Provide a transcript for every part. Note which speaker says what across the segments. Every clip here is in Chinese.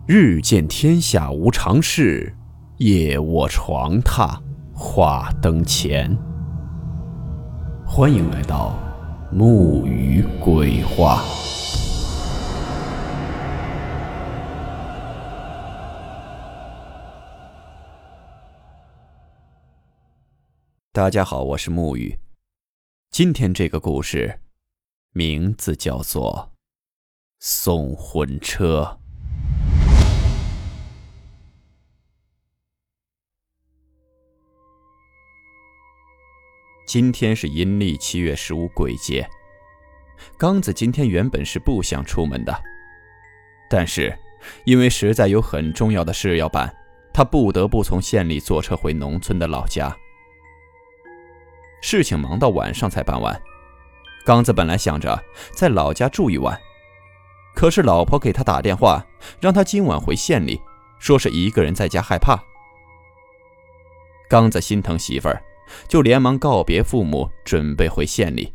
Speaker 1: 日见天下无常事，夜卧床榻话灯前。欢迎来到木鱼鬼话。大家好，我是木鱼。今天这个故事名字叫做送魂车。今天是阴历7月15鬼节。刚子今天原本是不想出门的，但是因为实在有很重要的事要办，他不得不从县里坐车回农村的老家。事情忙到晚上才办完，刚子本来想着在老家住一晚，可是老婆给他打电话，让他今晚回县里，说是一个人在家害怕。刚子心疼媳妇儿，就连忙告别父母，准备回县里。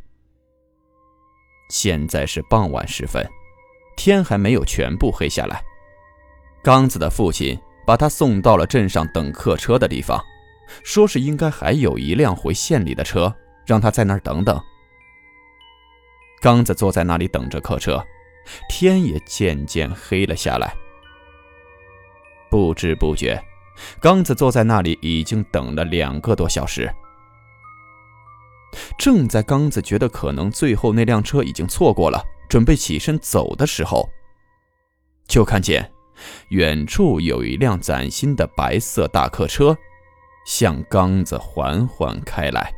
Speaker 1: 现在是傍晚时分，天还没有全部黑下来。刚子的父亲把他送到了镇上等客车的地方，说是应该还有一辆回县里的车，让他在那儿等等。刚子坐在那里等着客车，天也渐渐黑了下来。不知不觉，刚子坐在那里已经等了2个多小时。正在刚子觉得可能最后那辆车已经错过了，准备起身走的时候，就看见远处有一辆崭新的白色大客车向刚子缓缓开来。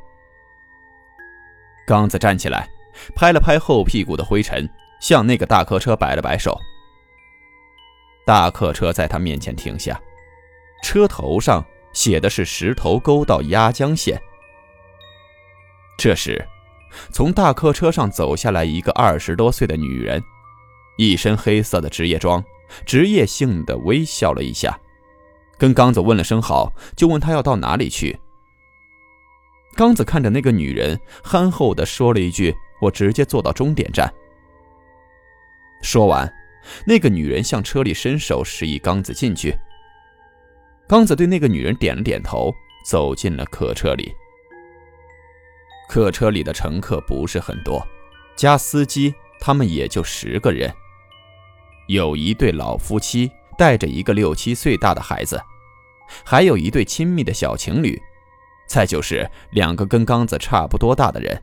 Speaker 1: 刚子站起来，拍了拍后屁股的灰尘，向那个大客车摆了摆手。大客车在他面前停下，车头上写的是石头沟到鸭江县。这时从大客车上走下来一个20多岁的女人，一身黑色的职业装，职业性地微笑了一下，跟刚子问了声好，就问他要到哪里去。刚子看着那个女人，憨厚地说了一句：我直接坐到终点站。说完，那个女人向车里伸手示意刚子进去。刚子对那个女人点了点头，走进了客车里。客车里的乘客不是很多，加司机他们也就10个人。有一对老夫妻带着一个6、7岁大的孩子，还有一对亲密的小情侣，再就是2个跟刚子差不多大的人。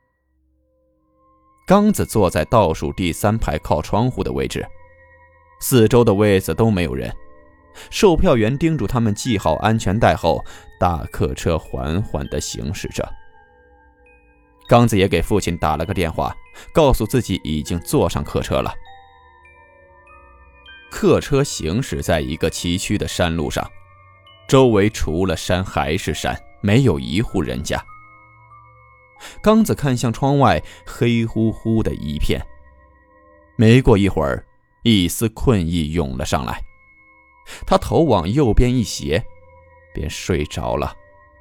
Speaker 1: 刚子坐在倒数第3排靠窗户的位置，四周的位子都没有人。售票员叮嘱他们系好安全带后，大客车缓缓地行驶着。刚子也给父亲打了个电话，告诉自己已经坐上客车了。客车行驶在一个崎岖的山路上，周围除了山还是山，没有一户人家。刚子看向窗外，黑乎乎的一片。没过一会儿，一丝困意涌了上来，他头往右边一斜，便睡着了。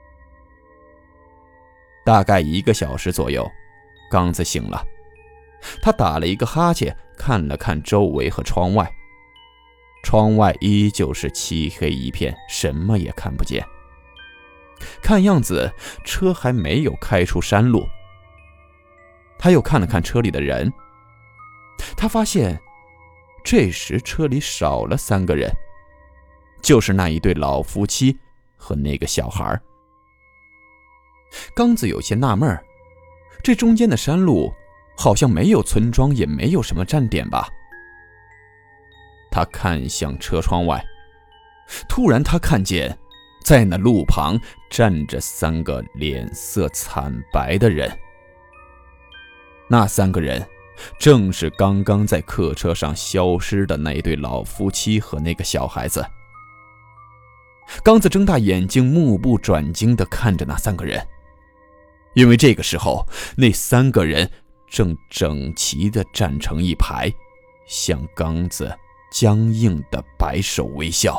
Speaker 1: 大概1个小时左右，刚子醒了。他打了一个哈欠，看了看周围和窗外。窗外依旧是漆黑一片，什么也看不见。看样子车还没有开出山路。他又看了看车里的人，他发现这时车里少了3个人，就是那一对老夫妻和那个小孩。刚子有些纳闷，这中间的山路好像没有村庄，也没有什么站点吧。他看向车窗外，突然他看见在那路旁站着3个脸色惨白的人。那3个人正是刚刚在客车上消失的那一对老夫妻和那个小孩子。刚子睁大眼睛，目不转睛地看着那3个人，因为这个时候那3个人正整齐地站成一排，向刚子僵硬地摆手微笑。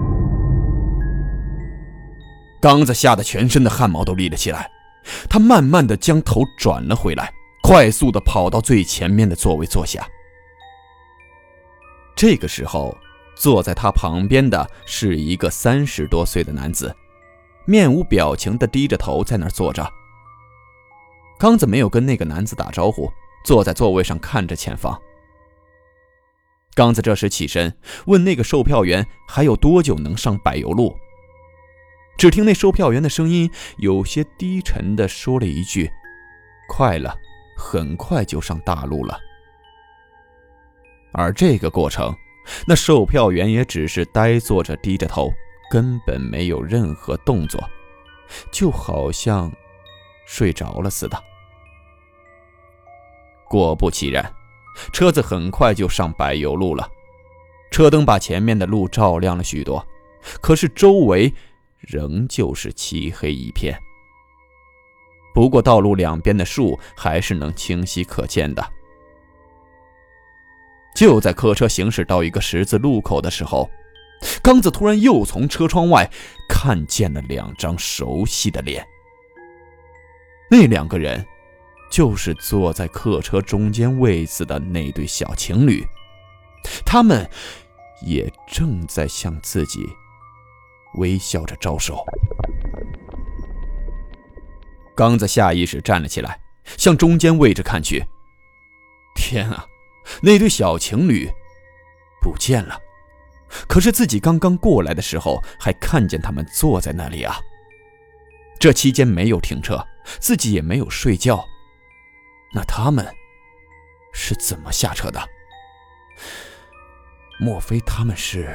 Speaker 1: 刚子吓得全身的汗毛都立了起来，他慢慢地将头转了回来，快速地跑到最前面的座位坐下。这个时候坐在他旁边的是一个30多岁的男子，面无表情地低着头在那儿坐着。刚子没有跟那个男子打招呼，坐在座位上看着前方。刚子这时起身问那个售票员还有多久能上柏油路。只听那售票员的声音有些低沉地说了一句：快了，很快就上大路了。而这个过程，那售票员也只是呆坐着低着头，根本没有任何动作，就好像睡着了似的。果不其然，车子很快就上柏油路了，车灯把前面的路照亮了许多，可是周围仍旧是漆黑一片。不过道路两边的树还是能清晰可见的。就在客车行驶到一个十字路口的时候，刚子突然又从车窗外看见了2张熟悉的脸。那2个人就是坐在客车中间位子的那对小情侣，他们也正在向自己微笑着招手。刚子下意识站了起来，向中间位置看去。天啊，那对小情侣不见了，可是自己刚刚过来的时候还看见他们坐在那里啊。这期间没有停车，自己也没有睡觉，那他们是怎么下车的？莫非他们是……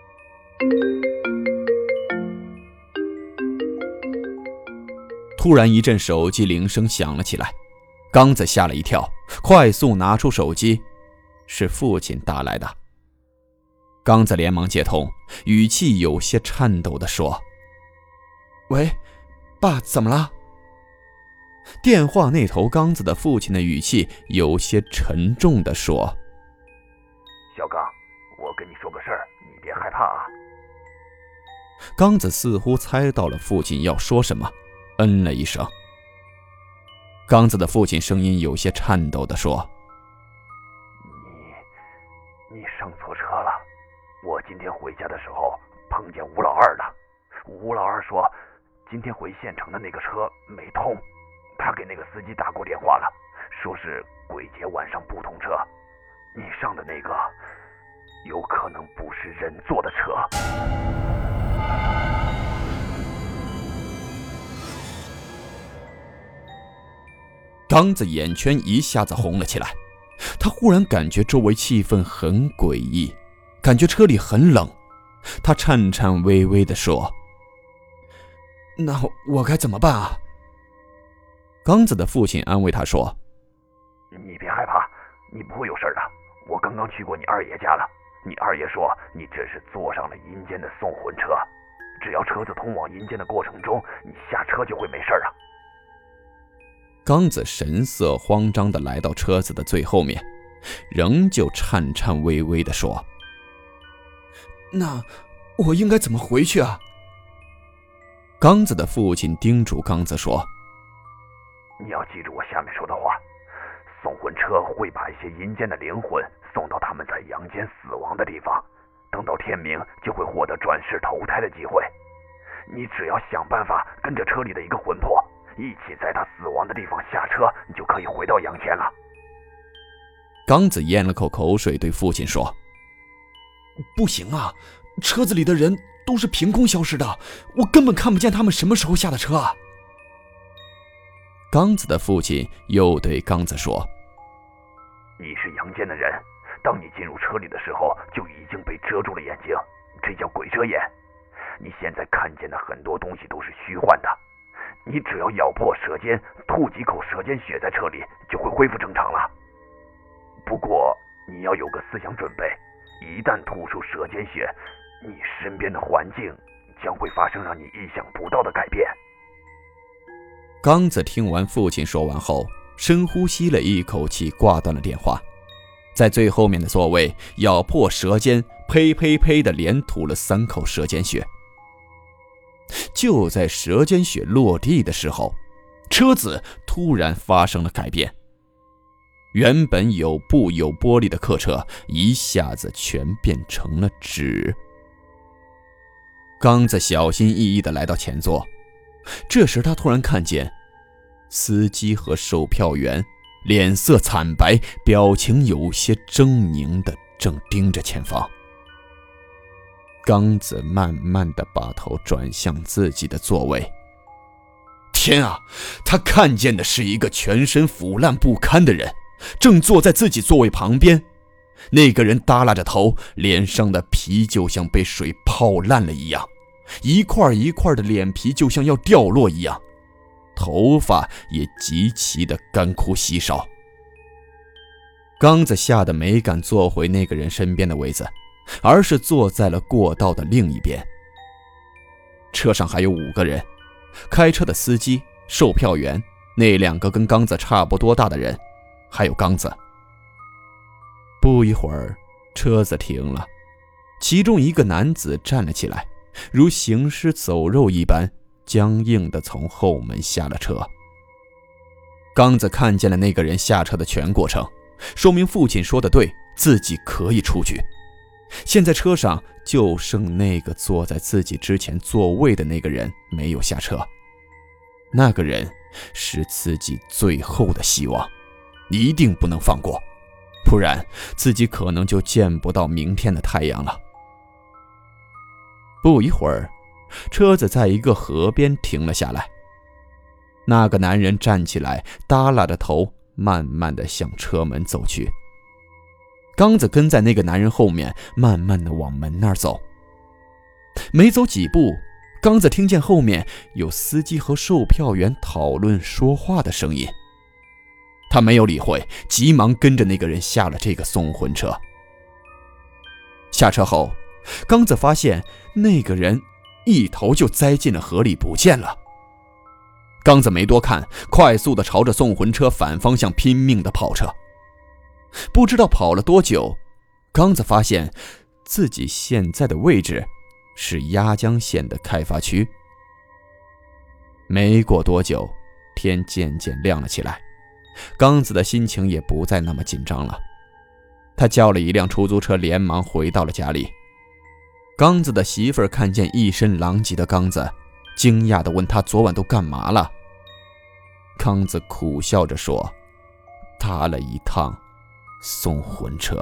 Speaker 1: 突然一阵手机铃声响了起来，刚子吓了一跳，快速拿出手机，是父亲打来的。刚子连忙接通，语气有些颤抖地说：喂，爸，怎么了？电话那头刚子的父亲的语气有些沉重地说：
Speaker 2: 小刚，我跟你说个事儿，你别害怕啊。
Speaker 1: 刚子似乎猜到了父亲要说什么，嗯了一声。刚子的父亲声音有些颤抖地说：
Speaker 2: 你上错车了。我今天回家的时候碰见吴老二了。吴老二说今天回县城的那个车没通，他给那个司机打过电话了，说是鬼节晚上不通车。你上的那个有可能不是人坐的车。
Speaker 1: 刚子眼圈一下子红了起来，他忽然感觉周围气氛很诡异，感觉车里很冷。他颤颤巍巍地说：那我该怎么办啊？刚子的父亲安慰他说：
Speaker 2: 你别害怕，你不会有事的。我刚刚去过你二爷家了，你二爷说你这是坐上了阴间的送魂车，只要车子通往阴间的过程中，你下车就会没事了。
Speaker 1: 刚子神色慌张地来到车子的最后面，仍旧颤颤巍巍地说：那我应该怎么回去啊？刚子的父亲叮嘱刚子说：
Speaker 2: 你要记住我下面说的话，送魂车会把一些阴间的灵魂送到他们在阳间死亡的地方，等到天明就会获得转世投胎的机会。你只要想办法跟着车里的一个魂魄一起在他死亡的地方下车，你就可以回到阳间了。
Speaker 1: 刚子咽了口口水，对父亲说：不行啊，车子里的人都是凭空消失的，我根本看不见他们什么时候下的车啊。刚子的父亲又对刚子说：
Speaker 2: 你是阳间的人，当你进入车里的时候就已经被遮住了眼睛，这叫鬼遮眼。你现在看见的很多东西都是虚幻的，你只要咬破舌尖，吐几口舌尖血在车里，就会恢复正常了。不过你要有个思想准备，一旦吐出舌尖血，你身边的环境将会发生让你意想不到的改变。
Speaker 1: 刚子听完父亲说完后，深呼吸了一口气，挂断了电话，在最后面的座位咬破舌尖，呸呸呸地连吐了3口舌尖血。就在舌尖血落地的时候，车子突然发生了改变。 原本有布有玻璃的客车一下子全变成了纸。刚子小心翼翼地来到前座，这时他突然看见司机和售票员脸色惨白，表情有些狰狞地正盯着前方。刚子慢慢地把头转向自己的座位。天啊，他看见的是一个全身腐烂不堪的人，正坐在自己座位旁边。那个人耷拉着头，脸上的皮就像被水泡烂了一样，一块一块的脸皮就像要掉落一样，头发也极其的干枯稀少。刚子吓得没敢坐回那个人身边的位子，而是坐在了过道的另一边。车上还有5个人，开车的司机、售票员，那2个跟刚子差不多大的人，还有刚子。不一会儿，车子停了，其中一个男子站了起来，如行尸走肉一般，僵硬地从后门下了车。刚子看见了那个人下车的全过程，说明父亲说的对，自己可以出去。现在车上就剩那个坐在自己之前座位的那个人没有下车，那个人是自己最后的希望，一定不能放过，不然自己可能就见不到明天的太阳了。不一会儿，车子在一个河边停了下来，那个男人站起来，耷拉着头，慢慢地向车门走去。刚子跟在那个男人后面，慢慢地往门那儿走。没走几步，刚子听见后面有司机和售票员讨论说话的声音。他没有理会，急忙跟着那个人下了这个送魂车。下车后，刚子发现那个人一头就栽进了河里不见了。刚子没多看，快速地朝着送魂车反方向拼命地跑着。不知道跑了多久，刚子发现自己现在的位置是鸭江县的开发区。没过多久，天渐渐亮了起来，刚子的心情也不再那么紧张了。他叫了一辆出租车，连忙回到了家里。刚子的媳妇儿看见一身狼藉的刚子，惊讶地问他昨晚都干嘛了。刚子苦笑着说，搭了一趟送魂车。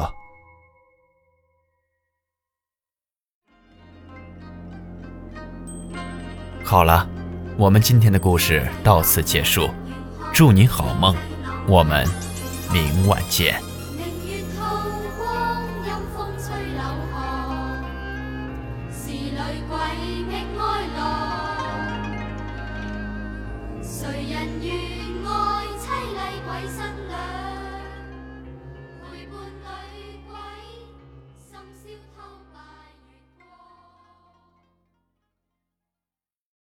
Speaker 3: 好了，我们今天的故事到此结束，祝您好梦，我们明晚见。
Speaker 4: 谁人愿爱凄厉鬼新娘？